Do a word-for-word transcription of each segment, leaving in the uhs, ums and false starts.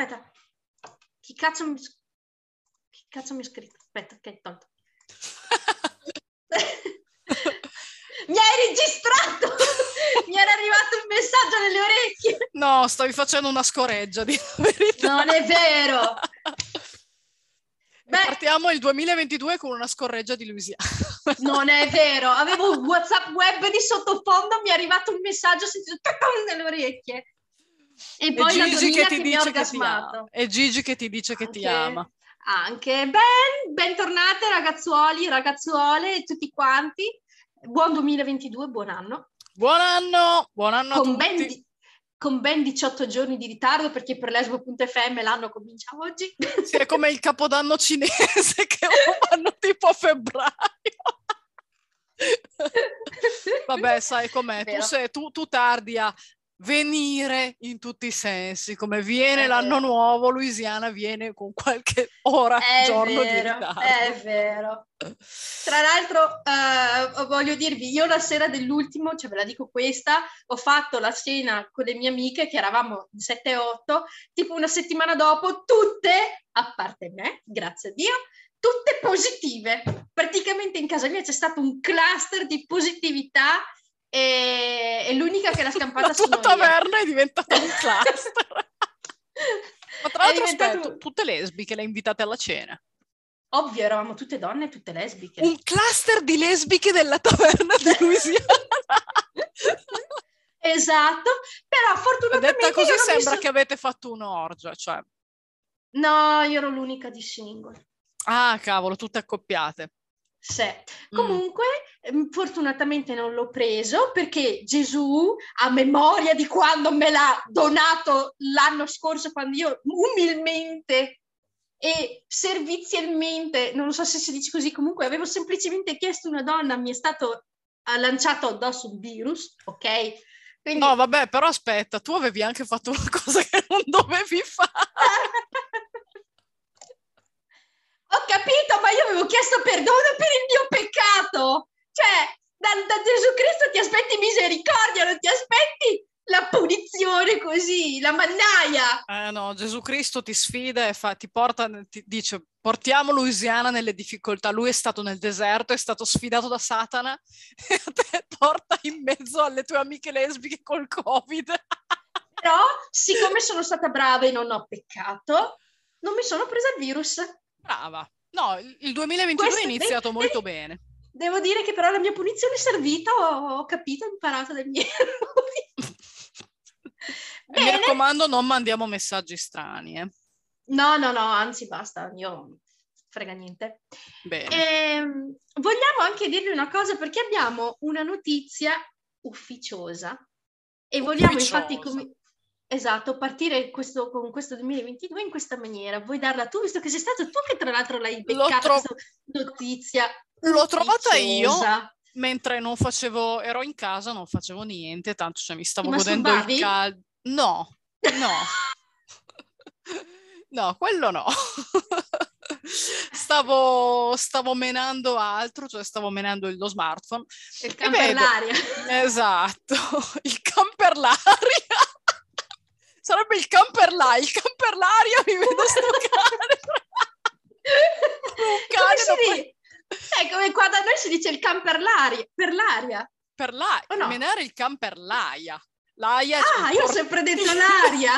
aspetta. Chi cazzo mi... Chi cazzo mi ha scritto? Aspetta, ok, tolto. Mi hai registrato! Mi era arrivato un messaggio nelle orecchie! No, stavi facendo una scoreggia, di la verità. Non è vero! E partiamo il duemilaventidue con una scorreggia di Louisiana. Non è vero! Avevo un WhatsApp web di sottofondo, mi è arrivato un messaggio, sentito nelle orecchie. E poi e la Gigi donnina che ti che mi ha dice che ti ama. orgasmato. E Gigi che ti dice Anche... che ti ama. Anche ben, bentornate ragazzuoli, ragazzuole e tutti quanti. Buon duemilaventidue, buon anno. Buon anno, buon anno con a tutti. Ben di, con ben diciotto giorni di ritardo perché per lesbo punto effe emme l'anno comincia oggi. Sì, è come il capodanno cinese che vanno tipo a febbraio. Vabbè, sai com'è, tu, sei, tu, tu tardi a venire in tutti i sensi, come viene è l'anno vero. nuovo, Louisiana viene con qualche ora, è giorno vero, di ritardo. È vero. Tra l'altro, uh, voglio dirvi, io la sera dell'ultimo, cioè ve la dico questa, ho fatto la cena con le mie amiche, che eravamo in sette otto, tipo una settimana dopo, tutte, a parte me, grazie a Dio, tutte positive. Praticamente in casa mia c'è stato un cluster di positività e, e l'unica che l'ha scampata la tua sono taverna io. È diventata un cluster. Ma tra l'altro, diventato... aspetta, tutte lesbiche le invitate alla cena? Ovvio, eravamo tutte donne e tutte lesbiche. Un cluster di lesbiche della taverna di Louisiana. Esatto, però fortunatamente detta così sembra messo... che avete fatto un'orgia, cioè. No, io ero l'unica di single. Ah, cavolo, tutte accoppiate. Sì. Mm. Comunque, fortunatamente non l'ho preso perché Gesù, a memoria di quando me l'ha donato l'anno scorso, quando io umilmente e servizialmente, non so se si dice così, comunque avevo semplicemente chiesto una donna, mi è stato lanciato addosso un virus, ok? Quindi... No, vabbè, però aspetta, tu avevi anche fatto una cosa che non dovevi fare. Ho capito, ma io avevo chiesto perdono per il mio peccato. Cioè, da, da Gesù Cristo ti aspetti misericordia, non ti aspetti la punizione così, la mannaia. Eh no, Gesù Cristo ti sfida e fa, ti porta, ti dice, portiamo Louisiana nelle difficoltà. Lui è stato nel deserto, è stato sfidato da Satana e a te porta in mezzo alle tue amiche lesbiche col Covid. Però, siccome sono stata brava e non ho peccato, non mi sono presa il virus. Brava. No, il duemilaventidue Questo, è iniziato devi, molto devi, bene. Devo dire che però la mia punizione è servita, ho, ho capito, ho imparato dai miei errori. Mi raccomando, non mandiamo messaggi strani. Eh. No, no, no, anzi basta, io frega niente. Bene. E, vogliamo anche dirvi una cosa perché abbiamo una notizia ufficiosa e vogliamo Ufficiosa. infatti com- esatto, partire questo, con questo duemilaventidue in questa maniera. Vuoi darla tu, visto che sei stato tu che tra l'altro l'hai beccata tro- questa notizia L'ho ufficiosa. trovata io mentre non facevo, ero in casa, non facevo niente, tanto cioè, mi stavo Ti godendo masturbavi? il caldo. No, no. No, quello no. Stavo, stavo menando altro, cioè stavo menando lo smartphone. Il E camper vedo, l'aria. esatto, il camper l'aria. Sarebbe il camper l'aria, il camper l'aria, mi vedo sto cane. Un cane Come dopo... si dice? È come qua da noi si dice il camper l'aria, per l'aria. Per l'aria, o no? menare il camper l'aia. L'aia ah, io ho sempre detto l'aria.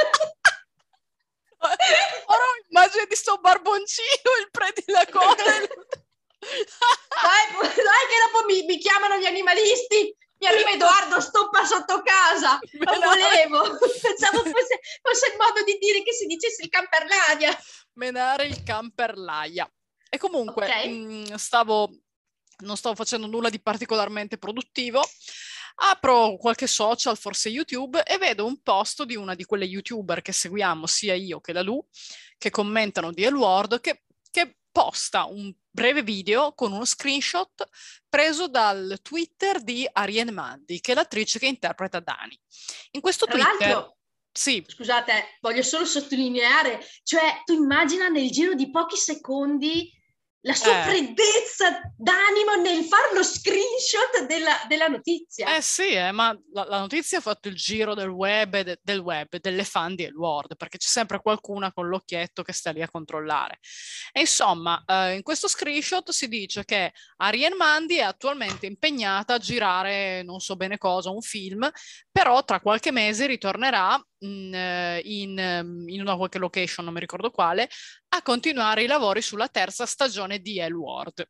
Ora ho immagine di sto barboncino, il prendi la coda. E... dai, dai che dopo mi, mi chiamano gli animalisti. Mi arriva Edoardo, stoppa sotto casa. Non volevo. Pensavo fosse, fosse il modo di dire che si dicesse il camper l'aia. Menare il camper l'aia. E comunque okay. mh, stavo, non stavo facendo nulla di particolarmente produttivo. Apro qualche social, forse YouTube, e vedo un post di una di quelle YouTuber che seguiamo, sia io che la Lu, che commentano di L-Word, che, che posta un breve video con uno screenshot preso dal Twitter di Ariane Mandi, che è l'attrice che interpreta Dani. In questo Tra Twitter... l'altro, sì. Scusate, voglio solo sottolineare, cioè tu immagina nel giro di pochi secondi la sua Eh. freddezza d'animo nel fare lo screenshot della, della notizia. Eh sì, eh, ma la, la notizia ha fatto il giro del web, e de- del web, delle fan di Edward, perché c'è sempre qualcuna con l'occhietto che sta lì a controllare. E insomma, eh, in questo screenshot si dice che Ariane Mandy è attualmente impegnata a girare, non so bene cosa, un film, però tra qualche mese ritornerà in, eh, in, ehm, in una qualche location, non mi ricordo quale, a continuare i lavori sulla terza stagione di Edward.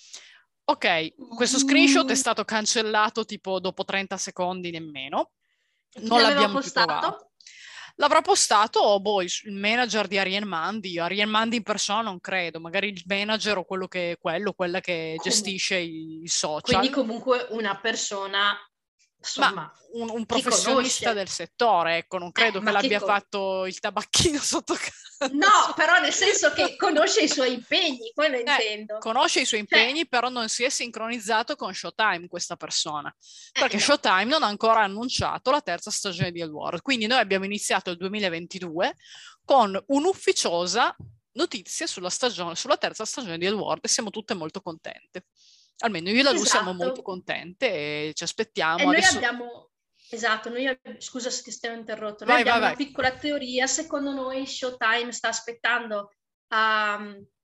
Ok, questo screenshot è Mm, stato cancellato tipo dopo trenta secondi nemmeno, chi non l'aveva l'abbiamo più trovato. postato? L'avrà postato oh, boh, il il manager di Ariane Mandy. Ariane Mandy in persona non credo, magari il manager o quello che, quello, quella che Com- gestisce i, i Quindi social. comunque una persona, Ma insomma, un, un che professionista conosce. del settore, ecco, non Eh, credo che ma che l'abbia co- fatto il tabacchino sotto No, casa. però nel senso che conosce i suoi impegni, quello Eh, intendo. conosce i suoi Cioè, impegni, però non si è sincronizzato con Showtime questa persona, eh, perché no. Showtime non ha ancora annunciato la terza stagione di Edward. Quindi noi abbiamo iniziato il duemilaventidue con un'ufficiosa notizia sulla stagione, sulla terza stagione di Edward e siamo tutte molto contente. Almeno io e la Lu siamo molto Esatto. contente e ci E aspettiamo noi adesso. abbiamo, esatto, noi, ab- scusa se ti stiamo interrotto, noi Vai, vai, abbiamo una vai. piccola teoria, secondo noi Showtime sta aspettando a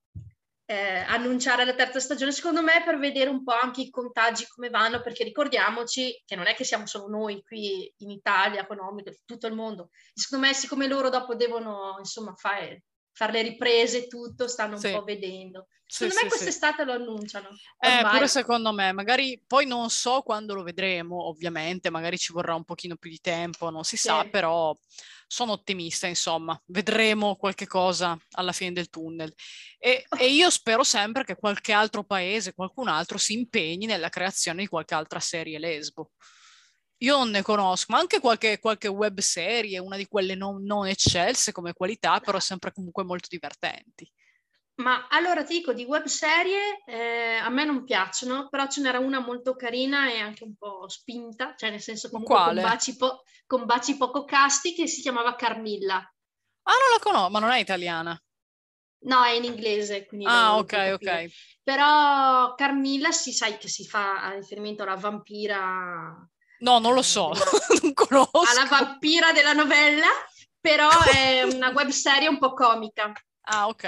eh, annunciare la terza stagione, secondo me per vedere un po' anche i contagi come vanno, perché ricordiamoci che non è che siamo solo noi qui in Italia, con Omicron, tutto il mondo. Secondo me, siccome loro dopo devono, insomma, fare, fare le riprese e tutto, stanno un Sì, po' vedendo. sì, Secondo me sì, sì. quest'estate lo annunciano, Eh, pure ormai. secondo me, magari poi non so quando lo vedremo, ovviamente, magari ci vorrà un pochino più di tempo, non si sa, Sì. però sono ottimista, insomma, vedremo qualche cosa alla fine del tunnel. E, e io spero sempre che qualche altro paese, qualcun altro si impegni nella creazione di qualche altra serie lesbo. Io non ne conosco, ma anche qualche, qualche web serie, una di quelle non, non eccelse come qualità, però sempre comunque molto divertenti. Ma allora ti dico, di web serie eh, a me non piacciono, però ce n'era una molto carina e anche un po' spinta, cioè nel senso Ma comunque con quale? baci, po- con baci poco casti, che si chiamava Carmilla. Ah, non la conosco, ma non è italiana. No, è in inglese, quindi lo, Ah, lo ok, puoi capire. ok. Però Carmilla si sai che si fa a riferimento alla vampira, No, non lo eh, so, della, non alla conosco. vampira della novella, però è una web serie un po' comica. Ah, ok.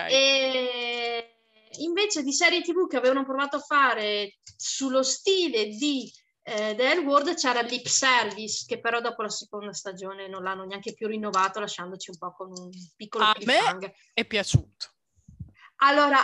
E invece di serie T V che avevano provato a fare sullo stile di eh, The L Word c'era Lip Service, che però dopo la seconda stagione non l'hanno neanche più rinnovato, lasciandoci un po' con un piccolo A me cliffhanger. è piaciuto. Allora,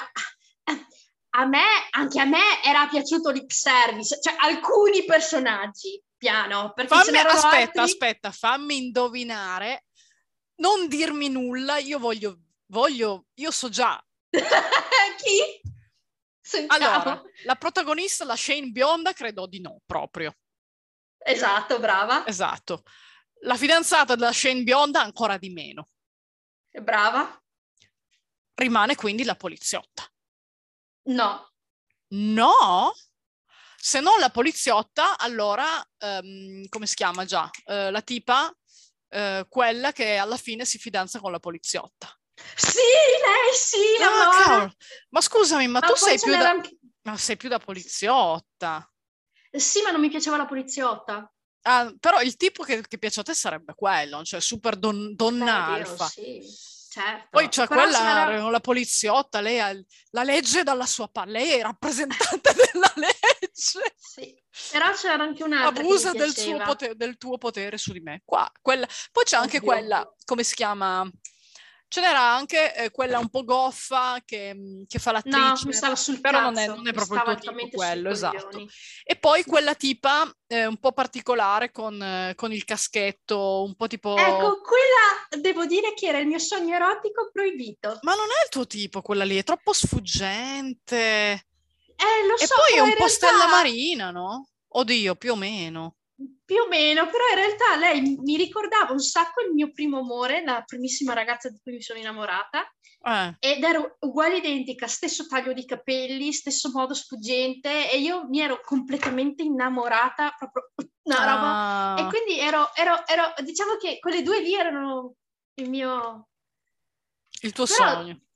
a me, anche a me era piaciuto Lip Service, cioè alcuni personaggi, piano, perché ce Fammi, n'erano aspetta, altri. aspetta, fammi indovinare. Non dirmi nulla, io voglio, voglio, io so già. Chi? Allora, Sentiamo. la protagonista, la Shane bionda, credo di no, proprio. Esatto, brava, Esatto. La fidanzata della Shane bionda, ancora di meno. brava. Rimane quindi la poliziotta. No, No? Se non la poliziotta, allora, um, come si chiama già? Uh, la tipa, uh, quella che alla fine si fidanza con la poliziotta. sì, lei sì, la Ah, Mora. cavolo. Ma scusami, ma tu Ma poi sei ce più n'era da... anche. Ma sei più da poliziotta. Sì, ma non mi piaceva la poliziotta. Ah, però il tipo che, che piace a te sarebbe quello, cioè super don- Beh, donna oddio, alfa. sì, Poi certo. c'è Però ce quella, n'era. la poliziotta, lei ha la legge dalla sua parte, lei è rappresentante della legge. Sì, però c'era anche un'altra che mi Abusa del, suo piaceva. potere, del tuo potere su di me. Qua, quella. Poi c'è anche Ovvio. quella, come si chiama? Ce n'era anche eh, quella un po' goffa che, che fa No, mi l'attrice, stava sul però non è, cazzo, non è mi proprio il stava tuo tipo altamente sui quello, esatto. coglioni. E poi quella tipa eh, un po' particolare con, eh, con il caschetto, un po' tipo... Ecco, quella devo dire che era il mio sogno erotico proibito. Ma non è il tuo tipo quella lì, è troppo sfuggente. Eh, lo E so, poi è però un in po' Stella realtà. Marina, no? Oddio, più o meno. Più o meno, però in realtà lei mi ricordava un sacco il mio primo amore, la primissima ragazza di cui mi sono innamorata, Eh. ed ero uguale identica, stesso taglio di capelli, stesso modo sfuggente, e io mi ero completamente innamorata, proprio una roba, e Ah, quindi ero, ero, ero diciamo che quelle due lì erano il mio. il tuo Però sogno.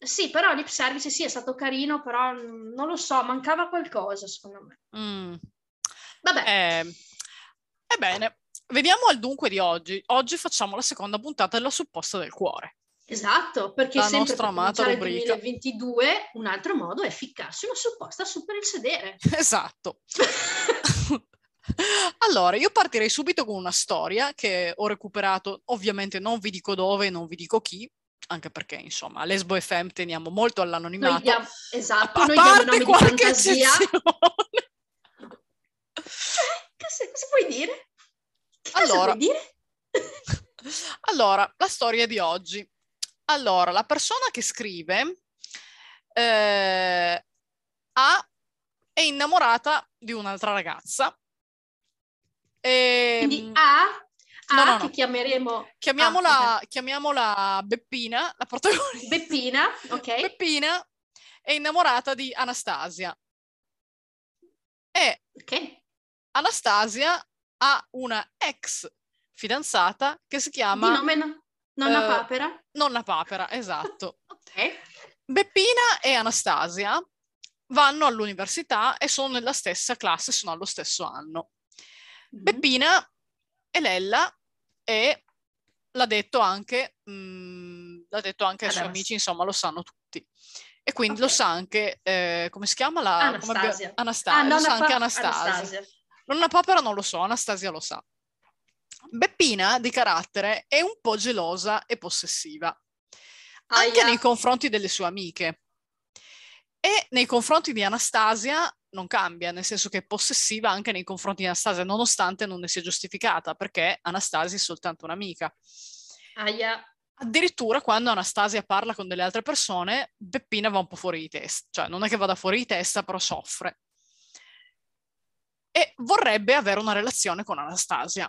Sì, però lip service sì, è stato carino, però non lo so, mancava qualcosa secondo me. Mm. Vabbè. Eh, ebbene, veniamo al dunque di oggi. Oggi facciamo la seconda puntata della supposta del cuore. Esatto, perché La sempre nostra per amata cominciare il rubrica. duemilaventidue un altro modo è ficcarsi una supposta su per il sedere. Esatto. Allora, io partirei subito con una storia che ho recuperato, ovviamente non vi dico dove, non vi dico chi, anche perché, insomma, a Lesbo F M teniamo molto all'anonimato. Noi diamo, esatto, a, a noi diamo parte nomi di qualche fantasia. eccezione. Cioè, cosa, cosa puoi dire? Che cosa Allora, puoi dire? allora, la storia di oggi. Allora, la persona che scrive eh, ha, è innamorata di un'altra ragazza. E, Quindi A, A no, no, che no. chiameremo... Chiamiamola, Ah, okay. chiamiamola Beppina, la protagonista. Beppina, ok. Beppina è innamorata di Anastasia. E Ok. Anastasia ha una ex fidanzata che si Di chiama nome no, Nonna eh, Papera. Nonna Papera, esatto. Ok. Beppina e Anastasia vanno all'università e sono nella stessa classe, sono allo stesso anno. Mm-hmm. Beppina è Lella e l'ha detto anche, mh, l'ha detto anche ai suoi amici, insomma, lo sanno tutti. E quindi okay. Lo sa anche, eh, come si chiama? La, Anastasia. Anastasia. Ah, Lo sa nonna anche pa- Anastasia. Anastasia. Nonna Papera non lo so, Anastasia lo sa. Beppina, di carattere, è un po' gelosa e possessiva, anche Aia. nei confronti delle sue amiche. E nei confronti di Anastasia non cambia, nel senso che è possessiva anche nei confronti di Anastasia, nonostante non ne sia giustificata, perché Anastasia è soltanto un'amica. Aia. Addirittura quando Anastasia parla con delle altre persone, Beppina va un po' fuori di testa, cioè non è che vada fuori di testa, però soffre. E vorrebbe avere una relazione con Anastasia.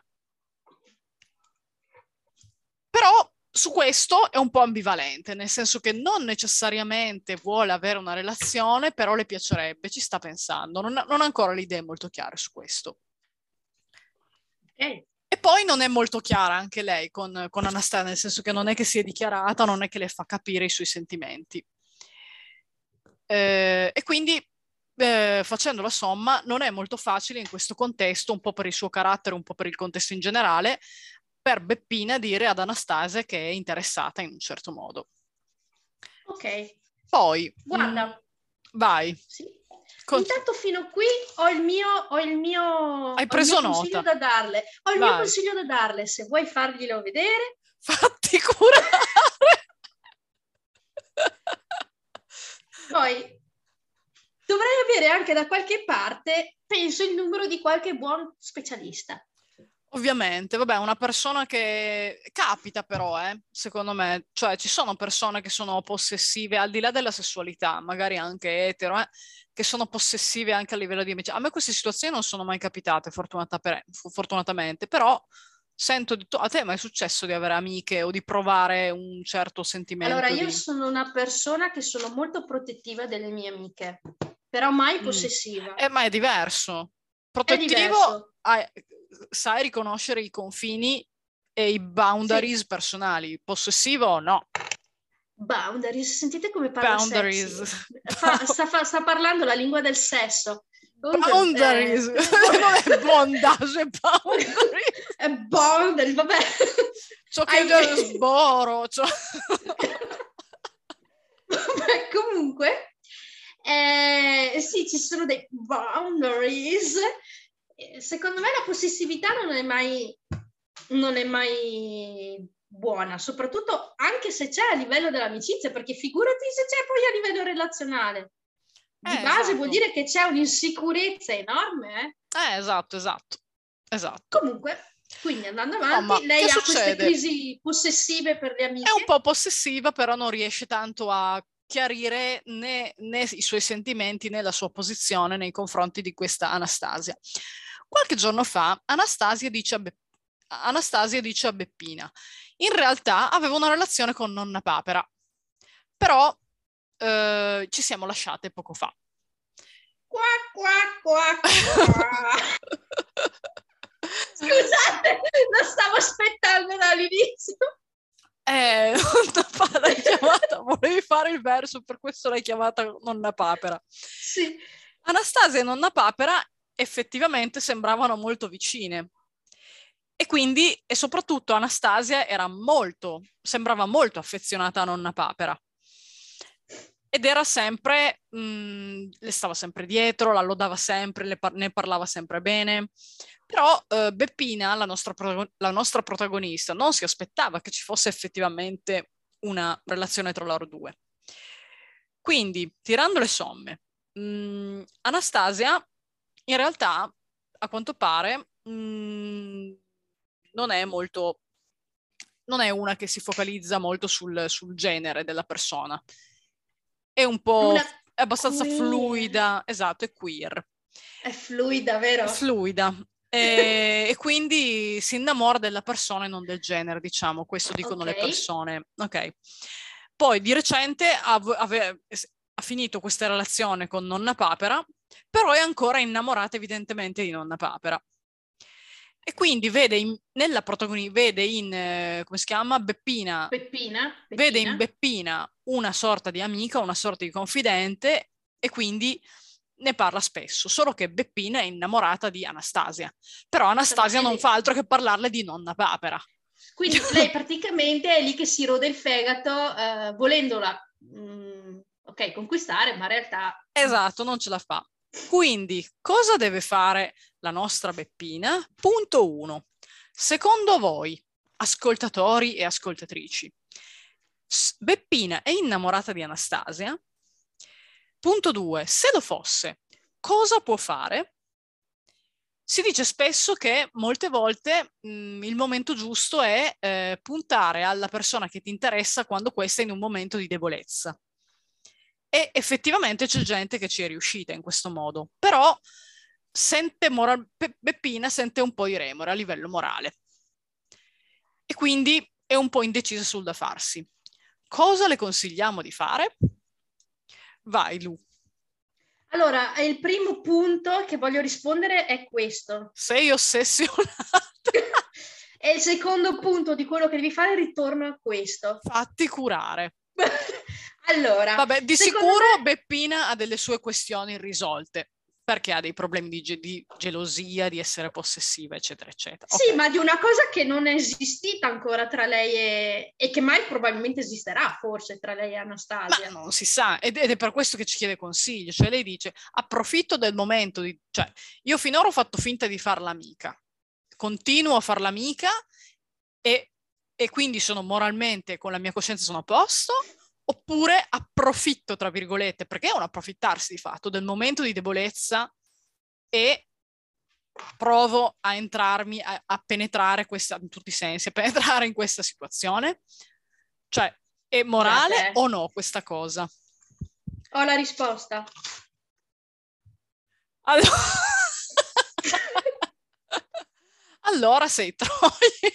Però su questo è un po' ambivalente, nel senso che non necessariamente vuole avere una relazione, però le piacerebbe, ci sta pensando, non ha, non ha ancora le idee molto chiare su questo. Okay. E poi non è molto chiara anche lei con, con Anastasia, nel senso che non è che si è dichiarata, non è che le fa capire i suoi sentimenti. Eh, e quindi, eh, facendo la somma, non è molto facile in questo contesto, un po' per il suo carattere, un po' per il contesto in generale, per Beppina dire ad Anastasia che è interessata in un certo modo. Ok. Poi, Guarda. mh, vai. Sì. Con... Intanto fino qui ho il mio, ho il mio, Hai ho il preso mio consiglio nota. da darle. Ho il Vai. mio consiglio da darle. Se vuoi farglielo vedere, fatti curare. poi dovrei avere anche da qualche parte, penso, il numero di qualche buon specialista. Ovviamente, vabbè, una persona che capita però, eh, secondo me, cioè ci sono persone che sono possessive al di là della sessualità, magari anche etero, eh, che sono possessive anche a livello di amicizia. A me queste situazioni non sono mai capitate, fortunata per- fortunatamente, però sento di to- a te è mai successo di avere amiche o di provare un certo sentimento? Allora, io di... sono una persona che sono molto protettiva delle mie amiche, però mai Mm. possessiva. Eh, ma è diverso. È Protettivo, diverso. hai- sai riconoscere i confini e i boundaries Sì. personali. Possessivo, no. Boundaries, sentite come parla Boundaries. sexy. Fa, sta, fa, sta parlando la lingua del sesso. Comunque, Boundaries. eh, Non è bondage, è boundaries. è boundaries, vabbè. Ciò che Ai... è sboro. Ciò... Vabbè, comunque, eh, sì, ci sono dei boundaries. Secondo me la possessività non è mai, non è mai buona, soprattutto anche se c'è a livello dell'amicizia, perché figurati se c'è poi a livello relazionale. Di Eh, base esatto. vuol dire che c'è un'insicurezza enorme, eh? Eh, esatto, esatto. Esatto. Comunque, quindi andando avanti, Insomma, lei che ha queste succede? crisi possessive per le amiche. È un po' possessiva, però non riesce tanto a chiarire né, né i suoi sentimenti né la sua posizione nei confronti di questa Anastasia. Qualche giorno fa Anastasia dice a, Be- Anastasia dice a Beppina: in realtà avevo una relazione con Nonna Papera, però eh, ci siamo lasciate poco fa. Qua, qua, qua, qua. Scusate, lo stavo aspettando dall'inizio. Eh, Nonna Papera, hai chiamata, volevi fare il verso, per questo l'hai chiamata nonna papera. Sì. Anastasia e nonna papera effettivamente sembravano molto vicine. E quindi, e soprattutto Anastasia era molto, sembrava molto affezionata a nonna papera. Ed era sempre, mh, le stava sempre dietro, la lodava sempre, le par- ne parlava sempre bene. Però eh, Beppina, la nostra, pro- la nostra protagonista, non si aspettava che ci fosse effettivamente una relazione tra loro due. Quindi, tirando le somme, mh, Anastasia in realtà, a quanto pare, mh, non è molto, non è una che si focalizza molto sul, sul genere della persona. È un po', Una è abbastanza queer. fluida, esatto, è queer. È fluida, vero? È fluida. E, e quindi si innamora della persona e non del genere, diciamo, questo dicono Ok. le persone. Ok. Poi di recente ha, ave- ha finito questa relazione con nonna papera, però è ancora innamorata evidentemente di nonna papera. E quindi vede in, nella protagonista, vede in, eh, come si chiama, Beppina, Peppina, vede in Peppina. Beppina una sorta di amica, una sorta di confidente e quindi ne parla spesso, solo che Beppina è innamorata di Anastasia, però Insomma, Anastasia è non lì. fa altro che parlarle di nonna papera. Quindi lei praticamente è lì che si rode il fegato, eh, volendola, mh, ok, conquistare, ma in realtà... Esatto, non ce la fa. Quindi, cosa deve fare la nostra Beppina? Punto uno. Secondo voi, ascoltatori e ascoltatrici, Beppina è innamorata di Anastasia? Punto due. Se lo fosse, cosa può fare? Si dice spesso che molte volte mh, il momento giusto è eh, puntare alla persona che ti interessa quando questa è in un momento di debolezza. E effettivamente c'è gente che ci è riuscita in questo modo, però sente moral- Pe- Beppina sente un po' di remore a livello morale e quindi è un po' indecisa sul da farsi. Cosa le consigliamo di fare? Vai, Lu. Allora, il primo punto che voglio rispondere è questo. Sei ossessionata. E il secondo punto di quello che devi fare ritorno a questo. Fatti curare. Allora, Vabbè, di secondo sicuro me... Beppina ha delle sue questioni irrisolte, perché ha dei problemi di, ge- di gelosia, di essere possessiva, eccetera, eccetera. Sì, Ok. ma di una cosa che non è esistita ancora tra lei e... e che mai probabilmente esisterà forse tra lei e Ma Anastasia. non si sa, ed, ed è per questo che ci chiede consiglio, cioè lei dice approfitto del momento, di, cioè io finora ho fatto finta di far l'amica, continuo a far l'amica e, e quindi sono moralmente, con la mia coscienza sono a posto, oppure approfitto, tra virgolette, perché è un approfittarsi di fatto del momento di debolezza e provo a entrarmi, a, a penetrare questa, in tutti i sensi, a penetrare in questa situazione. Cioè, è morale Scusate, o no questa cosa? ho la risposta. Allora, allora sei Troia.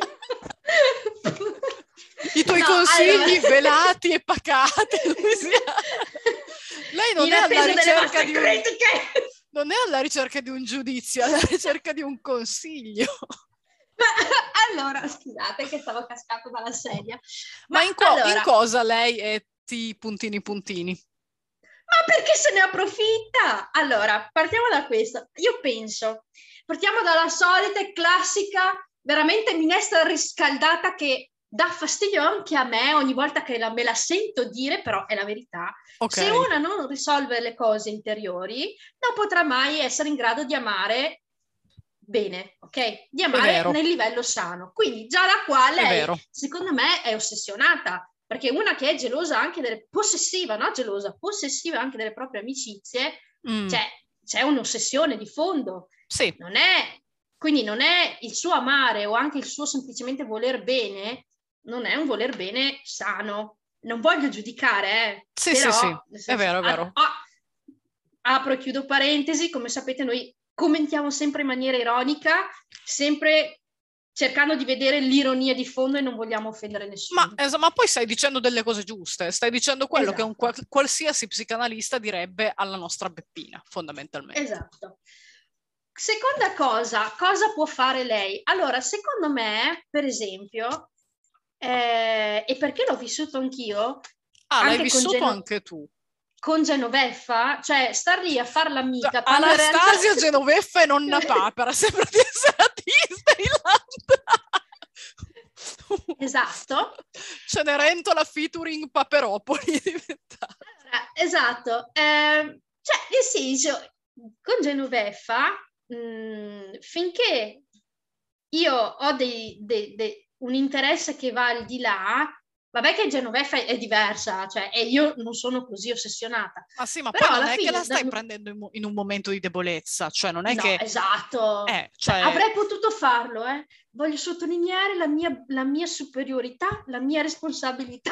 I tuoi No, consigli allora... velati e pacati, Louisiana. Lei non In è alla attesa delle ricerca vostre di un... critiche! non è alla ricerca di un giudizio, è alla ricerca di un consiglio. Ma, allora, scusate che stavo cascando dalla sedia. Ma Ma in, co- in allora, cosa lei è ti puntini puntini? ma perché se ne approfitta? Allora, partiamo da questo. Io penso, partiamo dalla solita e classica, veramente minestra riscaldata che dà fastidio anche a me ogni volta che la, me la sento dire, però è la verità. Ok, Se una non risolve le cose interiori, non potrà mai essere in grado di amare bene, ok? Di è amare vero, nel livello sano. Quindi già da qua è lei, vero. secondo me, è ossessionata, perché una che è gelosa anche delle possessiva, no? Gelosa, possessiva anche delle proprie amicizie, Mm, cioè c'è un'ossessione di fondo. sì, Non è, quindi non è il suo amare o anche il suo semplicemente voler bene, non è un voler bene sano. Non voglio giudicare, eh, sì, sì, però, sì, nel è senso, vero, è a- vero. a- apro e chiudo parentesi, come sapete noi commentiamo sempre in maniera ironica, sempre cercando di vedere l'ironia di fondo e non vogliamo offendere Ma, nessuno. eh, ma poi stai dicendo delle cose giuste, stai dicendo quello che un Esatto, qual- qualsiasi psicanalista direbbe alla nostra Beppina, fondamentalmente. esatto. Seconda cosa, cosa può fare lei? Allora, secondo me, per esempio, eh, e perché l'ho vissuto anch'io, Ah, l'hai anche vissuto con Geno- anche tu. con Genoveffa, cioè star lì a far l'amica. Cioè, quando in realtà- Anastasia, Genoveffa e nonna Papera, sembra di essere a Disneyland. Esatto. Cenerentola featuring Paperopoli è diventata. Allora, esatto. Eh, cioè, nel senso, con Genoveffa, mh, finché io ho dei, dei- dei- un interesse che va al di là, vabbè che Genoveffa è, è diversa, cioè, e io non sono così ossessionata. Ma sì, ma Però poi non alla è che la fine... stai da- prendendo in, mo- in un momento di debolezza, cioè non è No, che... esatto. Eh, Cioè, cioè... avrei potuto farlo, eh. Voglio sottolineare la mia, la mia superiorità, la mia responsabilità.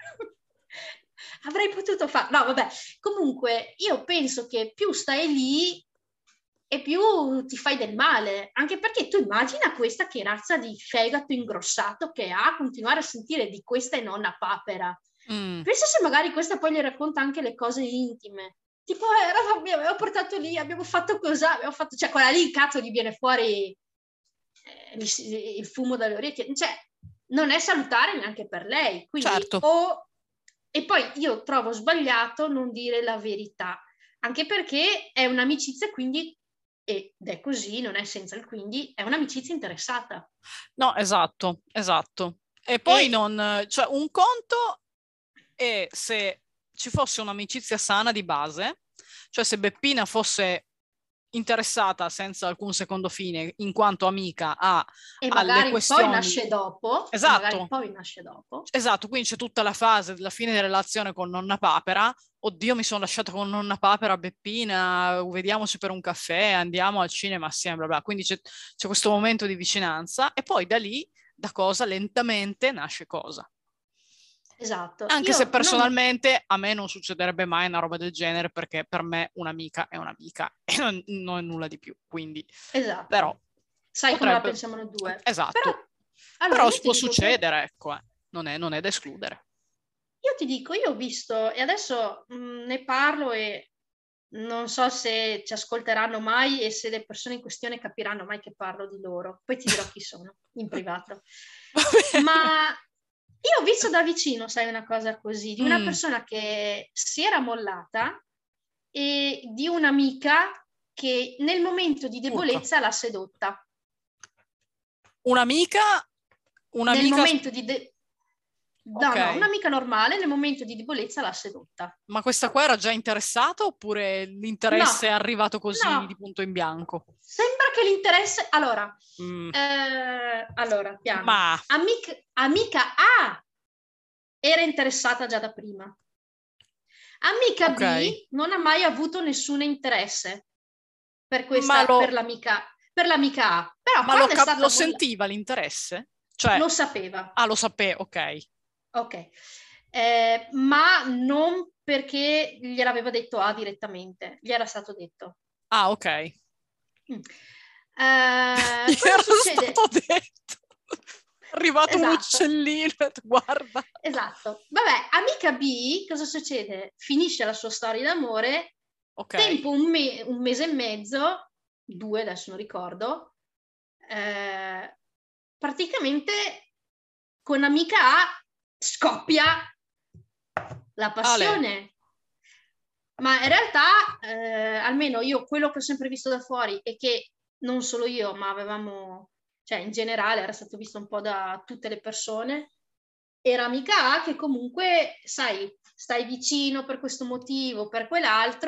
Avrei potuto farlo. No, vabbè. Comunque, io penso che più stai lì e più ti fai del male. Anche perché tu immagina questa che razza di fegato ingrossato che ha a continuare a sentire di questa e nonna Papera. mm. Pensa se magari questa poi gli racconta anche le cose intime. Tipo, eh, eravamo- mi aveva portato lì, abbiamo fatto cos'ha, abbiamo fatto... Cioè, quella lì, cazzo, gli viene fuori eh, il, il fumo dalle orecchie. Cioè, non è salutare neanche per lei. Quindi, Certo. o... E poi io trovo sbagliato non dire la verità, anche perché è un'amicizia, quindi, ed è così, non è senza il quindi, è un'amicizia interessata. No, esatto, esatto. E poi E... non... Cioè, un conto è se ci fosse un'amicizia sana di base, cioè se Beppina fosse interessata senza alcun secondo fine, in quanto amica, a, E alle magari poi questioni... nasce dopo, e magari Esatto, poi nasce dopo. esatto, quindi c'è tutta la fase della fine della relazione con nonna Papera. Oddio, mi sono lasciata con nonna Papera, Beppina, vediamoci per un caffè, andiamo al cinema assieme, bla bla. Quindi c'è, c'è questo momento di vicinanza e poi da lì, da cosa, lentamente nasce cosa. Esatto. Anche se Io non... personalmente a me non succederebbe mai una roba del genere perché per me un'amica è un'amica e non, non è nulla di più, quindi però Esatto. Sai come la potrebbe, pensiamo noi due. Però, esatto, allora, però io ti può dico che... succedere, ecco, eh. non, è, non è da escludere. Io ti dico, io ho visto, e adesso mh, ne parlo e non so se ci ascolteranno mai e se le persone in questione capiranno mai che parlo di loro. Poi ti dirò chi sono, in privato. Va bene. Ma io ho visto da vicino, sai, una cosa così, di una Mm, persona che si era mollata e di un'amica che nel momento di urca. debolezza l'ha sedotta. Un'amica, Nel un'amica, momento di... De- no, ok, no, un'amica normale, nel momento di debolezza l'ha sedotta. ma questa qua era già interessata oppure l'interesse è No, arrivato così di no, punto in bianco? sembra che l'interesse... Allora, Mm, eh, allora, piano. ma, Amica, amica A era interessata già da prima. Amica ok, B non ha mai avuto nessun interesse per ma questa, lo, per l'amica, per l'amica A. Però ma lo, quando è cap- stata lo mollata, sentiva l'interesse? Cioè, lo sapeva. ah, lo sapevo, ok. Ok. Eh, ma non perché gliel'aveva detto A direttamente, gli era stato detto. Ah, ok. Mm. Eh, Gli cosa era succede? stato detto. È arrivato un Esatto, uccellino, e guarda. esatto. Vabbè, amica B, cosa succede? Finisce la sua storia d'amore, Ok. tempo un, me- un mese e mezzo, due adesso non ricordo, eh, praticamente con amica A scoppia la Ale. passione. Ma in realtà, eh, almeno io quello che ho sempre visto da fuori e che non solo io, ma avevamo, cioè in generale era stato visto un po' da tutte le persone, era amica A che comunque, sai, stai vicino per questo motivo, per quell'altro,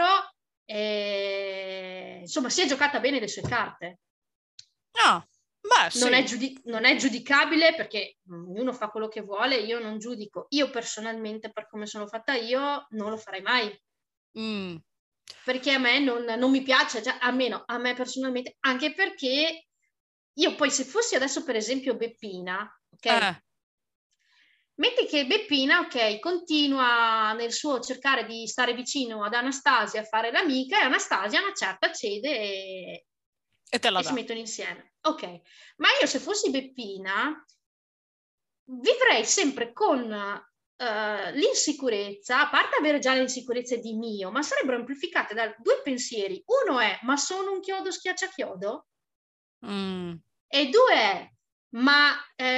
e insomma si è giocata bene le sue carte. Ah, beh, Non è, sì. giudi- non è giudicabile perché ognuno fa quello che vuole, io non giudico. Io personalmente, per come sono fatta io, non lo farei mai. Mm, Perché a me non, non mi piace, cioè, almeno a me personalmente, anche perché io poi se fossi adesso per esempio Beppina, ok? eh, Metti che Beppina, ok, continua nel suo cercare di stare vicino ad Anastasia a fare l'amica e Anastasia una certa cede e, e te la e si dà. mettono insieme. Ok, ma io se fossi Beppina vivrei sempre con uh, l'insicurezza, a parte avere già le insicurezze di mio, ma sarebbero amplificate da due pensieri. Uno è, ma sono un chiodo schiacciachiodo? Mm, E due è, ma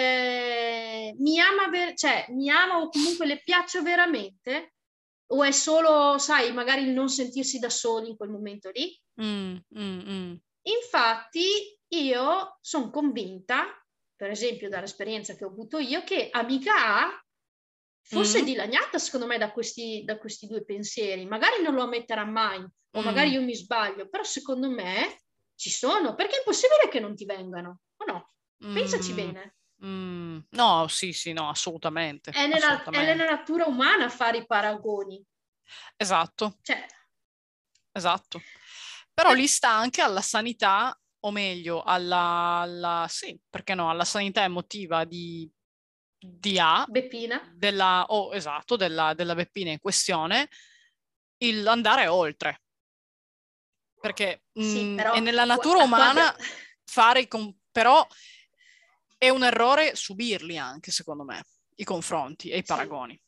eh, mi ama, ver- cioè, mi ama o comunque le piaccio veramente? O è solo, sai, magari il non sentirsi da soli in quel momento lì? Mm, mm, mm. Infatti io sono convinta, per esempio dall'esperienza che ho avuto io, che amica A fosse Mm, dilaniata secondo me da questi, da questi due pensieri. Magari non lo ammetterà mai, o magari mm, io mi sbaglio, però secondo me ci sono, perché è impossibile che non ti vengano, o no? Pensaci mm, bene. mm. No, sì, sì, no, assolutamente, È nella, è nella assolutamente. natura umana fare i paragoni. Esatto, Cioè, esatto. Però per- lì sta anche alla sanità, o meglio, alla, alla- sì, perché no, alla sanità emotiva di, di A, Beppina. della, oh, esatto, della, della Beppina in questione, il andare oltre. Perché Sì, mh, è però nella qua, natura qua abbia- umana fare i con- però è un errore subirli anche, secondo me, i confronti e i sì, paragoni.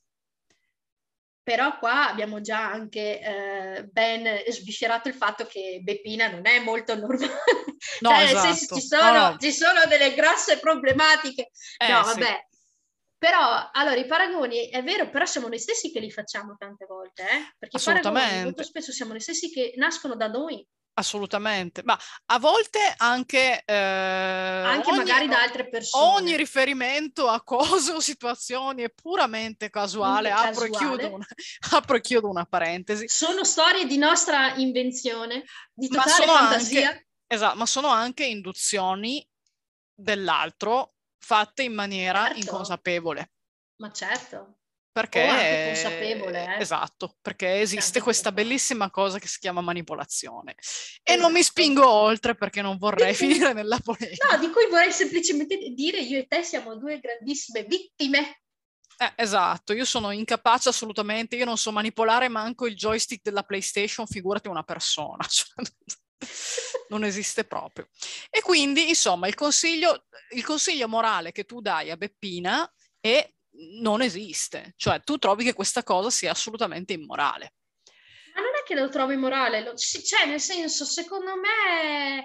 però qua abbiamo già anche eh, ben sviscerato il fatto che Beppina non è molto normale, No, cioè nel senso ci esatto. No, sono, no. ci sono delle grosse problematiche. Eh No, sì, vabbè. Però, allora, i paragoni, è vero, però siamo noi stessi che li facciamo tante volte, eh? Perché i paragoni molto assolutamente. spesso siamo noi stessi che nascono da noi, Assolutamente, ma a volte anche eh, anche ogni, magari da altre ogni persone, riferimento a cose o situazioni è puramente casuale. anche Apro e chiudo casuale. una, apro e chiudo una parentesi, Sono storie di nostra invenzione, di ma totale sono anche, fantasia. esatto, ma sono anche induzioni dell'altro fatte in maniera Certo, inconsapevole. ma certo. O anche consapevole, Perché, eh. esatto, perché C'è esiste anche da questa fare. bellissima cosa che si chiama manipolazione. E non mi Esatto. spingo oltre perché non Di vorrei cui, finire nella no, polemica. di cui vorrei semplicemente dire io e te siamo due grandissime vittime. Eh, esatto, io sono incapace assolutamente, io non so manipolare manco il joystick della PlayStation, figurati una persona, cioè, non esiste proprio. E quindi, insomma, il consiglio, il consiglio morale che tu dai a Beppina è non esiste, cioè tu trovi che questa cosa sia assolutamente immorale. Ma non è che lo trovo immorale, lo, sì, cioè nel senso, secondo me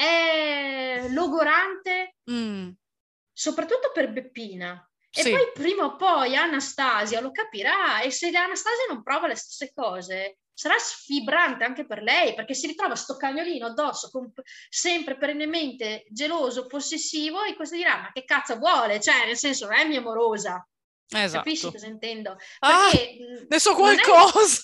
è logorante, Mm, soprattutto per Beppina. E sì, poi prima o poi Anastasia lo capirà e se Anastasia non prova le stesse cose, sarà sfibrante anche per lei, perché si ritrova sto cagnolino addosso, comp- sempre perennemente geloso, possessivo, e cosa dirà? Ma che cazzo vuole? Cioè, nel senso, non è mia amorosa. Capisci esatto. cosa intendo? Ah, Perché mh, ne so non è... qualcosa.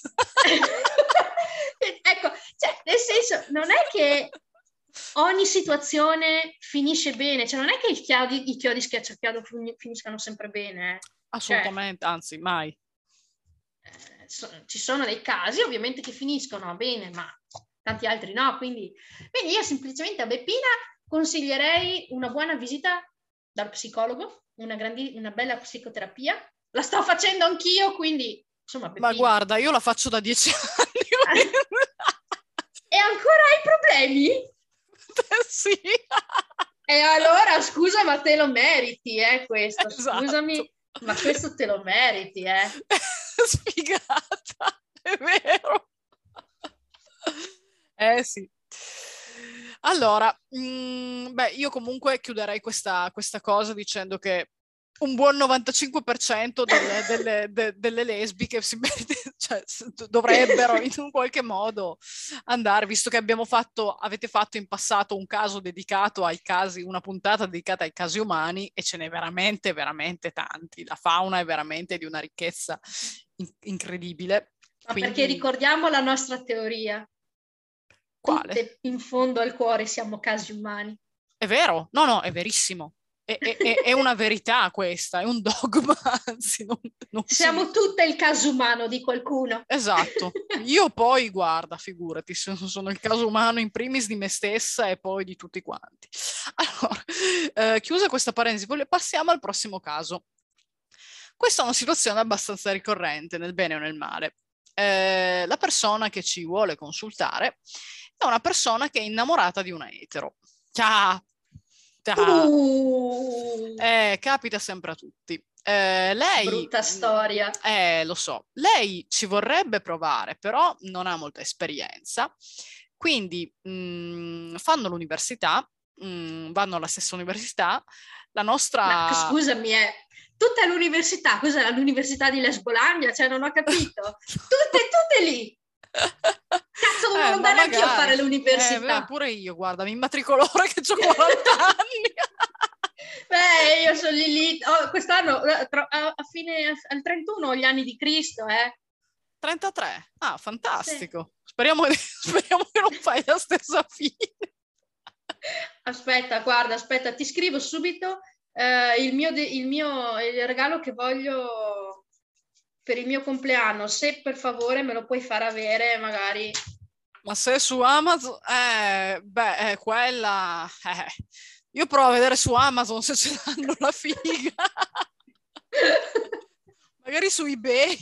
Ecco, cioè, nel senso, non è che ogni situazione finisce bene, cioè non è che i chiodi, i chiodi schiacciachiodo fin- finiscano sempre bene, eh. Cioè, Assolutamente, anzi, mai. eh, so- ci sono dei casi ovviamente che finiscono bene, ma tanti altri no, quindi, quindi io semplicemente a Beppina consiglierei una buona visita dal psicologo, una, grandi- una bella psicoterapia, la sto facendo anch'io, quindi insomma Ma Beppina. guarda, io la faccio da dieci anni. E ancora hai problemi? Sì, E allora scusa, ma te lo meriti, eh, questo, esatto. scusami, ma questo te lo meriti, eh. Sfigata, è vero. Eh sì. Allora, mh, beh, io comunque chiuderei questa, questa cosa dicendo che un buon novantacinque per cento delle, delle- de- delle lesbiche si merita- cioè, s- dovrebbero in un qualche modo andare, visto che abbiamo fatto, avete fatto in passato un caso dedicato ai casi, una puntata dedicata ai casi umani e ce n'è veramente, veramente tanti. La fauna è veramente di una ricchezza in- incredibile. Ma perché Quindi, ricordiamo la nostra teoria, quale? tutte in fondo al cuore siamo casi umani. È vero? No, no, è verissimo. È, è- è- è una verità questa, è un dogma, anzi, non, non si Siamo dice. tutte il caso umano di qualcuno. Esatto. Io poi, guarda, figurati, sono, sono il caso umano in primis di me stessa e poi di tutti quanti. Allora, eh, chiusa questa parentesi, poi passiamo al prossimo caso. Questa è una situazione abbastanza ricorrente, nel bene o nel male. Eh, la persona che ci vuole consultare è una persona che è innamorata di una etero. Ciao! Ciao! Uh, Eh, capita sempre a tutti. Eh, lei, brutta storia. eh, lo so, lei ci vorrebbe provare, però non ha molta esperienza, quindi mh, fanno l'università, mh, vanno alla stessa università, la nostra... Ma scusami, eh. Tutta l'università, cos'è l'università di Lesbolagna? Cioè, non ho capito. Tutte, tutte lì. Cazzo, dovevo eh, andare anch'io a fare l'università. Eh, pure io, guarda, mi immatricolo ora che ho quaranta anni. Beh, io sono lì lì, oh, quest'anno, a, a fine, al trentuno ho gli anni di Cristo, eh. trentatré, ah, fantastico. Sì. Speriamo, che, speriamo che non fai la stessa fine. Aspetta, guarda, aspetta, ti scrivo subito eh, il, mio de- il mio il regalo che voglio per il mio compleanno, se per favore me lo puoi far avere magari. Ma se su Amazon, eh, beh, eh, quella... Eh. Io provo a vedere su Amazon se ce l'hanno la figa. Magari su eBay.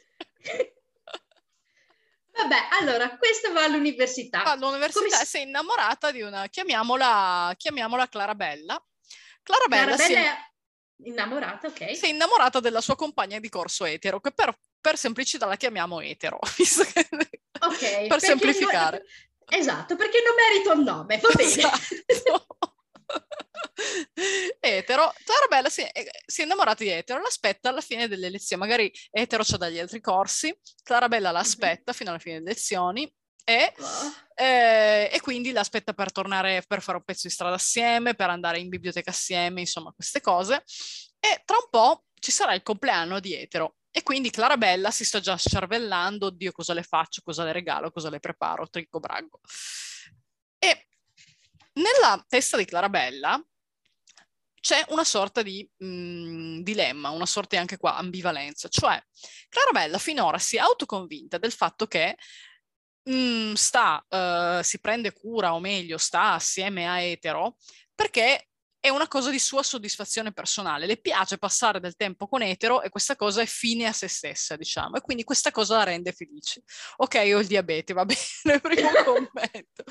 Vabbè, allora, questa va all'università. All'università Come... si è innamorata di una, chiamiamola, chiamiamola Clarabella. Clarabella, Clarabella si è... è innamorata, ok. Si è innamorata della sua compagna di corso etero, che per, per semplicità la chiamiamo etero, visto che... Ok. per semplificare. Non... Esatto, perché non merito il nome, va bene. Esatto. Etero, Clarabella si è, si è innamorata di Etero, l'aspetta alla fine delle lezioni, magari Etero c'ha dagli altri corsi, Clarabella l'aspetta mm-hmm. fino alla fine delle lezioni e, oh. eh, e quindi l'aspetta per tornare, per fare un pezzo di strada assieme, per andare in biblioteca assieme, insomma queste cose, e tra un po' ci sarà il compleanno di Etero. E quindi Clarabella si sta già scervellando, oddio cosa le faccio, cosa le regalo, cosa le preparo, tricco braggo. E nella testa di Clarabella c'è una sorta di mh, dilemma, una sorta di anche qua ambivalenza, cioè Clarabella finora si è autoconvinta del fatto che mh, sta, uh, si prende cura, o meglio, sta assieme a Etero, perché è una cosa di sua soddisfazione personale, le piace passare del tempo con Etero e questa cosa è fine a se stessa, diciamo, e quindi questa cosa la rende felice. Ok, ho il diabete, va bene, primo commento.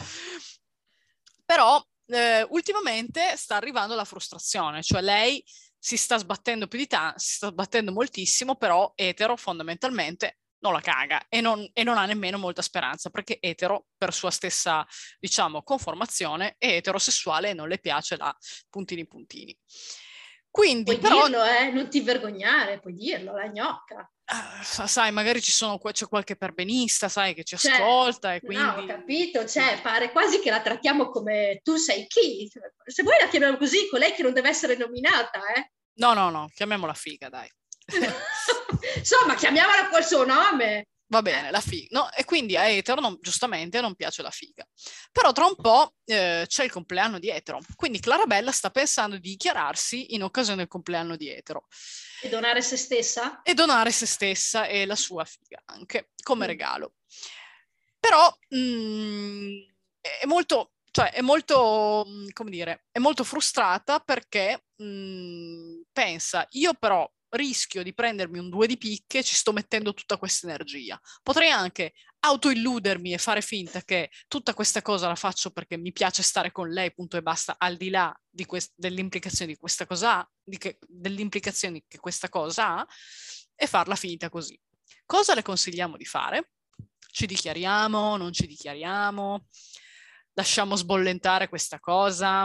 Però eh, ultimamente sta arrivando la frustrazione, cioè lei si sta sbattendo più di tanto, si sta sbattendo moltissimo, però Etero fondamentalmente non la caga e non, e non ha nemmeno molta speranza, perché Etero, per sua stessa, diciamo, conformazione, è eterosessuale e non le piace la puntini puntini. Quindi, puoi però, dirlo, eh? Non ti vergognare, puoi dirlo, la gnocca. Uh, sai, magari ci sono, c'è qualche perbenista, sai, che ci cioè, ascolta e quindi... No, ho capito, cioè, pare quasi che la trattiamo come tu sei chi. Se vuoi la chiamiamo così, colei che non deve essere nominata, eh? No, no, no, chiamiamola figa, dai. Insomma, chiamiamola col suo nome. Va bene, eh. la figa. No, e quindi a Etero, non, giustamente, non piace la figa. Però tra un po' eh, c'è il compleanno di Etero. Quindi Clarabella sta pensando di dichiararsi in occasione del compleanno di Etero. E donare se stessa? E donare se stessa e la sua figa anche, come mm. regalo. Però mh, è molto... Cioè è molto, come dire, è molto frustrata perché mh, pensa, io però rischio di prendermi un due di picche, ci sto mettendo tutta questa energia. Potrei anche autoilludermi e fare finta che tutta questa cosa la faccio perché mi piace stare con lei, punto e basta, al di là di quest- delle implicazioni di questa cosa, di che, delle implicazioni che questa cosa ha, e farla finita così. Cosa le consigliamo di fare? Ci dichiariamo, non ci dichiariamo? Lasciamo sbollentare questa cosa?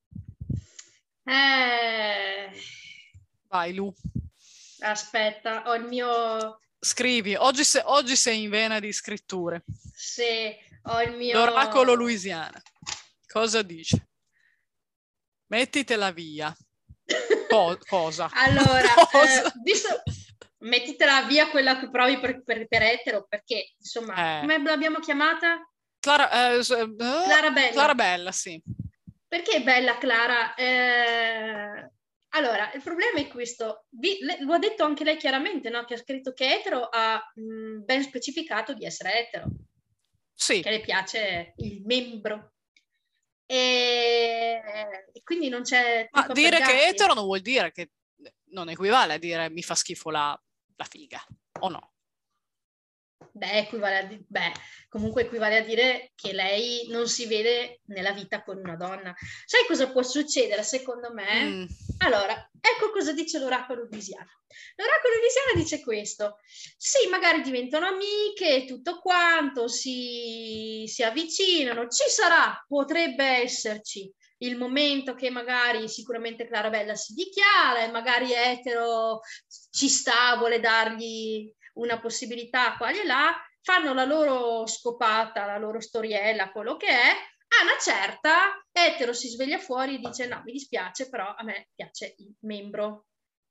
Eh... Vai, Lu. Aspetta, ho il mio... Scrivi, oggi, se, oggi sei in vena di scritture. Sì, ho il mio... L'oracolo Louisiana. Cosa dice? Mettitela via. Co- cosa? Allora, cosa? Eh, visto... mettitela via quella che provi per, per, per etero, perché, insomma, eh. come l'abbiamo chiamata? Clara, eh, uh, Clarabella. Clarabella, sì. Perché è bella Clara? Eh... Allora, il problema è questo, Vi, le, lo ha detto anche lei chiaramente, no? Che ha scritto che etero, ha mh, ben specificato di essere etero. Sì. Che le piace il membro. E, e quindi non c'è... Ma dire che etero non vuol dire che non equivale a dire mi fa schifo la, la figa, o no? Beh, equivale a di- beh, comunque equivale a dire che lei non si vede nella vita con una donna. Sai cosa può succedere secondo me? Mm. Allora, ecco cosa dice l'oracolo Louisiana. L'oracolo Louisiana dice questo: sì, magari diventano amiche e tutto quanto, si, si avvicinano, ci sarà, potrebbe esserci il momento che magari sicuramente Clarabella si dichiara e magari etero ci sta, vuole dargli una possibilità qua e là, fanno la loro scopata, la loro storiella, quello che è. A una certa, etero si sveglia fuori e dice no, mi dispiace, però a me piace il membro.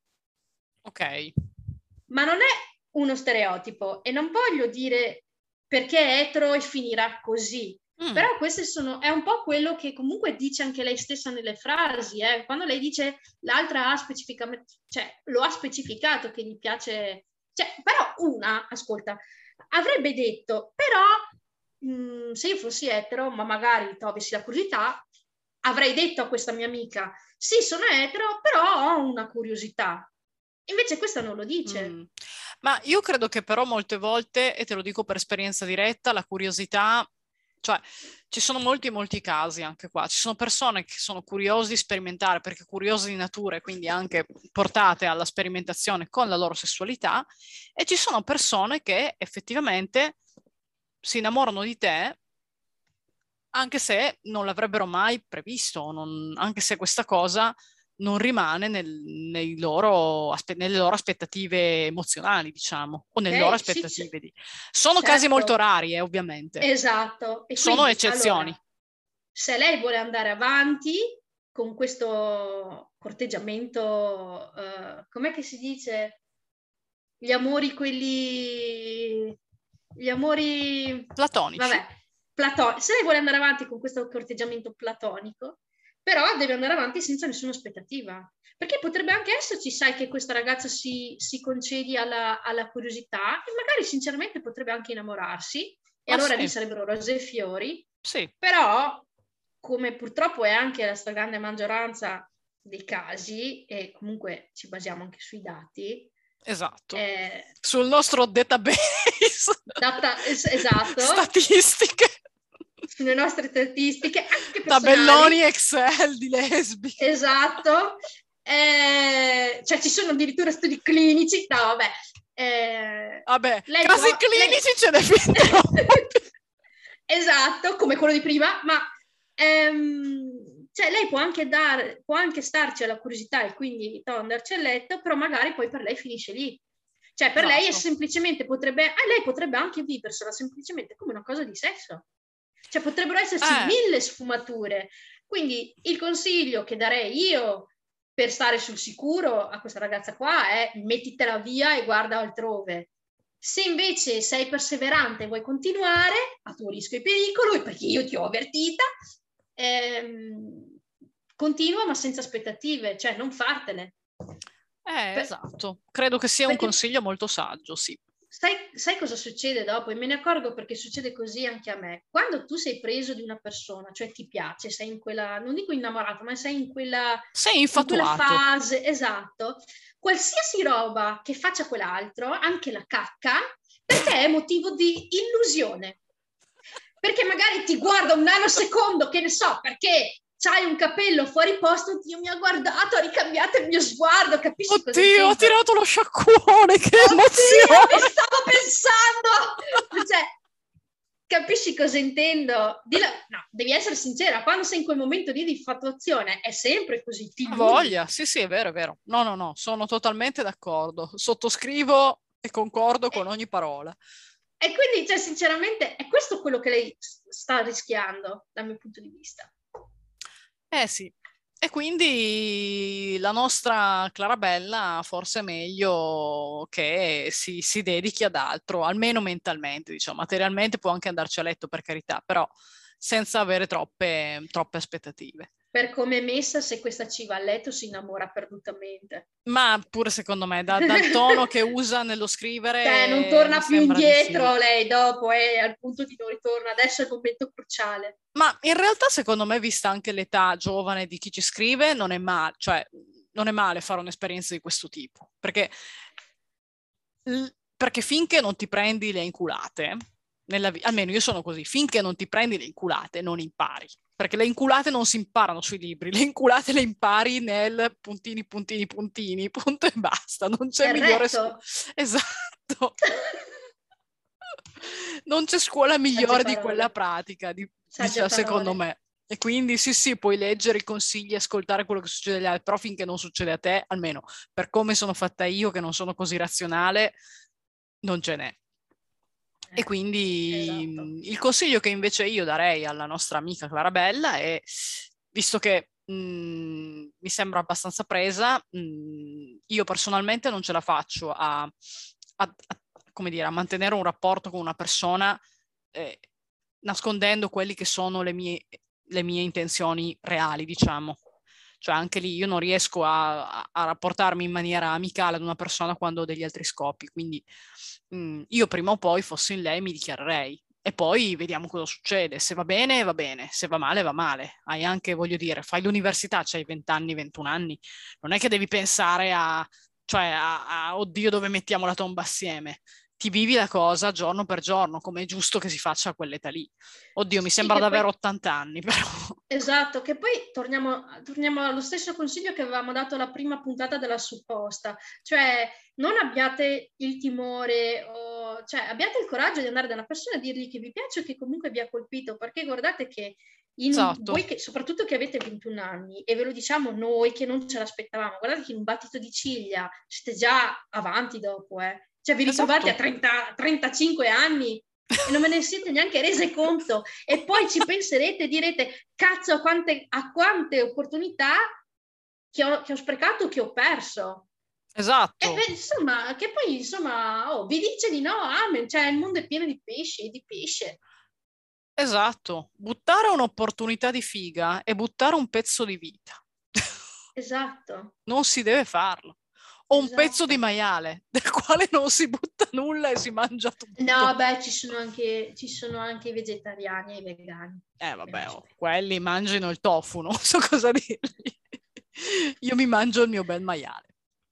Ok. Ma non è uno stereotipo e non voglio dire perché è etero e finirà così. Mm. Però questo sono, è un po' quello che comunque dice anche lei stessa nelle frasi, eh? Quando lei dice l'altra ha specificamente, cioè lo ha specificato che gli piace, cioè, però una, ascolta, avrebbe detto, però mh, se io fossi etero, ma magari tu avessi la curiosità, avrei detto a questa mia amica, sì, sono etero, però ho una curiosità. Invece questa non lo dice. Mm. Ma io credo che però molte volte, e te lo dico per esperienza diretta, la curiosità, cioè ci sono molti molti casi anche qua, ci sono persone che sono curiose di sperimentare perché curiose di natura e quindi anche portate alla sperimentazione con la loro sessualità, e ci sono persone che effettivamente si innamorano di te anche se non l'avrebbero mai previsto, non, anche se questa cosa non rimane nel, nei loro, nelle loro aspettative emozionali, diciamo, o nelle okay, loro aspettative. Sì, di... Sono certo. Casi molto rari, eh, ovviamente. Esatto. E sono quindi, eccezioni. Allora, se lei vuole andare avanti con questo corteggiamento, uh, com'è che si dice? Gli amori, quelli... Gli amori... Platonici. Vabbè, platonici. Se lei vuole andare avanti con questo corteggiamento platonico, però deve andare avanti senza nessuna aspettativa. Perché potrebbe anche esserci, sai, che questa ragazza si, si concedi alla, alla curiosità e magari sinceramente potrebbe anche innamorarsi e ah, allora sì. Lì sarebbero rose e fiori. Sì. Però, come purtroppo è anche la stragrande maggioranza dei casi, e comunque ci basiamo anche sui dati. Esatto. Eh, Sul nostro database. Data, es- esatto. Statistiche. Sulle nostre statistiche, anche tabelloni Excel di lesbiche. Esatto. Eh, cioè ci sono addirittura studi clinici. No, vabbè. Eh, vabbè, casi può, clinici lei... ce ne fingono. Esatto, come quello di prima, ma ehm, cioè lei può anche dare, può anche starci alla curiosità e quindi no, andarci a letto, però magari poi per lei finisce lì. Cioè per esatto. Lei è semplicemente potrebbe, eh, lei potrebbe anche viversela semplicemente come una cosa di sesso. Cioè potrebbero esserci eh. mille sfumature. Quindi il consiglio che darei io per stare sul sicuro a questa ragazza qua è mettitela via e guarda altrove. Se invece sei perseverante e vuoi continuare, a tuo rischio e pericolo, perché io ti ho avvertita, ehm, continua ma senza aspettative, cioè non fartele. Eh, per... esatto. Credo che sia perché... un consiglio molto saggio, sì. Sai, sai cosa succede dopo? E me ne accorgo perché succede così anche a me. Quando tu sei preso di una persona, cioè ti piace, sei in quella, non dico innamorato, ma sei in quella, sei infatuato. In quella fase, esatto. Qualsiasi roba che faccia quell'altro, anche la cacca, per te è motivo di illusione. Perché magari ti guarda un nanosecondo, che ne so, perché c'hai un capello fuori posto, Dio mi ha guardato, ha ricambiato il mio sguardo, capisci Oddio, cosa intendo? ho tirato lo sciacquone, che Oddio, emozione! mi stavo pensando! Cioè, capisci cosa intendo? Dilla... No, devi essere sincera, quando sei in quel momento lì di infatuazione è sempre così. Ti voglia, sì sì, è vero, è vero. No, no, no, sono totalmente d'accordo. Sottoscrivo e concordo con ogni parola. E quindi, cioè, sinceramente, è questo quello che lei sta rischiando, dal mio punto di vista. Eh sì, e quindi la nostra Clarabella forse è meglio che si, si dedichi ad altro, almeno mentalmente, diciamo, materialmente può anche andarci a letto per carità, però senza avere troppe, troppe aspettative. Per come è messa, se questa ci va a letto si innamora perdutamente. Ma pure secondo me, da, dal tono che usa nello scrivere... Cioè, non torna più indietro sì. Lei dopo, è al punto di non ritorno, adesso è il momento cruciale. Ma in realtà secondo me, vista anche l'età giovane di chi ci scrive, non è male, cioè non è male fare un'esperienza di questo tipo, perché, perché finché non ti prendi le inculate, nella vi- almeno io sono così, finché non ti prendi le inculate non impari, perché le inculate non si imparano sui libri, le inculate le impari nel puntini, puntini, puntini, punto e basta, non c'è È migliore retto. scuola. Esatto. Non c'è scuola migliore di quella pratica, di, dice, secondo me. E quindi sì, sì, puoi leggere i consigli, ascoltare quello che succede agli altri, però finché non succede a te, almeno per come sono fatta io, che non sono così razionale, non ce n'è. E Eh, quindi esatto. mh, il consiglio che invece io darei alla nostra amica Clarabella è, visto che mh, mi sembra abbastanza presa, mh, io personalmente non ce la faccio a, a- a- come dire, a mantenere un rapporto con una persona eh, nascondendo quelli che sono le mie, le mie intenzioni reali, diciamo. Cioè anche lì io non riesco a, a- a rapportarmi in maniera amicale ad una persona quando ho degli altri scopi, quindi mh, io prima o poi, fossi in lei, mi dichiarerei. E poi vediamo cosa succede. Se va bene, va bene. Se va male, va male. Hai anche, voglio dire, fai l'università, c'hai venti anni, ventuno anni. Non è che devi pensare a, cioè, a, a, oddio, dove mettiamo la tomba assieme. Ti vivi la cosa giorno per giorno, come è giusto che si faccia a quell'età lì. Oddio, mi Sì, sembra che davvero poi ottanta anni, però. esatto, che poi torniamo, torniamo allo stesso consiglio che avevamo dato alla prima puntata della supposta, cioè non abbiate il timore, o, cioè abbiate il coraggio di andare da una persona e dirgli che vi piace o che comunque vi ha colpito, perché guardate che in un, Esatto, voi che, soprattutto che avete ventuno anni, e ve lo diciamo noi che non ce l'aspettavamo, guardate che in un battito di ciglia siete già avanti dopo, eh. Cioè vi ritrovate a esatto, trenta, trentacinque anni e non ve ne siete neanche rese conto e poi ci penserete e direte cazzo a quante, a quante opportunità che ho, che ho sprecato, che ho perso. E esatto. beh, insomma, che poi insomma, oh, vi dice di no, amen, cioè il mondo è pieno di pesci, di pesce. Esatto, buttare un'opportunità di figa e buttare un pezzo di vita. Esatto, Non si deve farlo. O un pezzo di esatto. maiale, del quale non si butta nulla e si mangia tutto. No, beh, ci sono anche, ci sono anche i vegetariani e i vegani. Eh E non vabbè, c'è oh, più. quelli mangiano il tofu, non so cosa dirgli. Io mi mangio il mio bel maiale.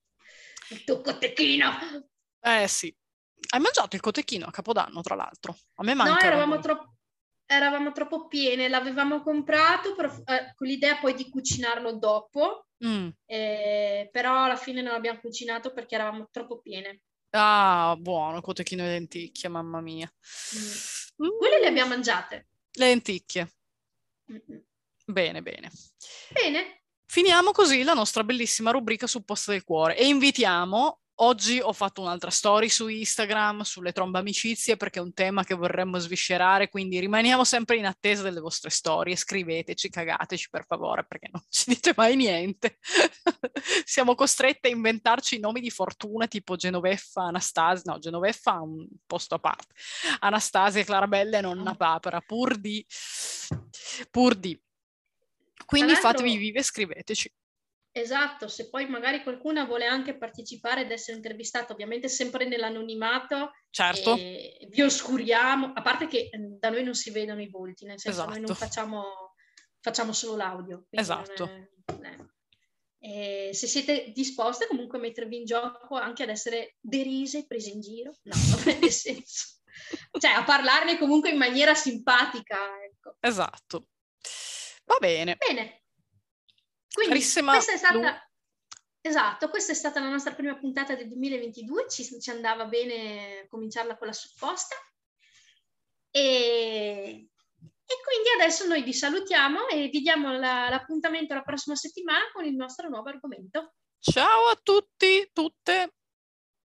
Il tuo cotechino! Eh sì. Hai mangiato il cotechino a Capodanno, tra l'altro. A me No, mancano eravamo lui. troppo, eravamo troppo piene, l'avevamo comprato però, eh, con l'idea poi di cucinarlo dopo, Mm. eh, però alla fine non l'abbiamo cucinato perché eravamo troppo piene. Ah, buono, cotechino e lenticchie, mamma mia. Mm. Quelle le Mm, abbiamo mangiate. lenticchie. Mm-mm. Bene, bene. Bene, Finiamo così la nostra bellissima rubrica su Posta del Cuore e invitiamo, oggi ho fatto un'altra story su Instagram sulle trombe amicizie perché è un tema che vorremmo sviscerare, quindi rimaniamo sempre in attesa delle vostre storie, scriveteci, cagateci per favore perché non ci dite mai niente. Siamo costrette a inventarci i nomi di fortuna tipo Genoveffa, Anastasia, no, Genoveffa ha un posto a parte, Anastasia, Clarabella e Nonna Papera, pur di... pur di... tra Quindi fatevi l'altro, vive e scriveteci. esatto, se poi magari qualcuna vuole anche partecipare ed essere intervistata, ovviamente sempre nell'anonimato, Certo, e vi oscuriamo, a parte che eh, da noi non si vedono i volti, nel senso noi non esatto, facciamo, facciamo solo l'audio, quindi non esatto. è... eh. E se siete disposte comunque a mettervi in gioco anche ad essere derise, prese in giro, no, nel senso, cioè a parlarne comunque in maniera simpatica, ecco. Esatto. Va bene. Bene, quindi Carissima questa è Lu, stata, esatto, questa è stata la nostra prima puntata del duemilaventidue, ci, ci andava bene cominciarla con la supposta e, e quindi adesso noi vi salutiamo e vi diamo la, l'appuntamento la prossima settimana con il nostro nuovo argomento. ciao a tutti, tutte.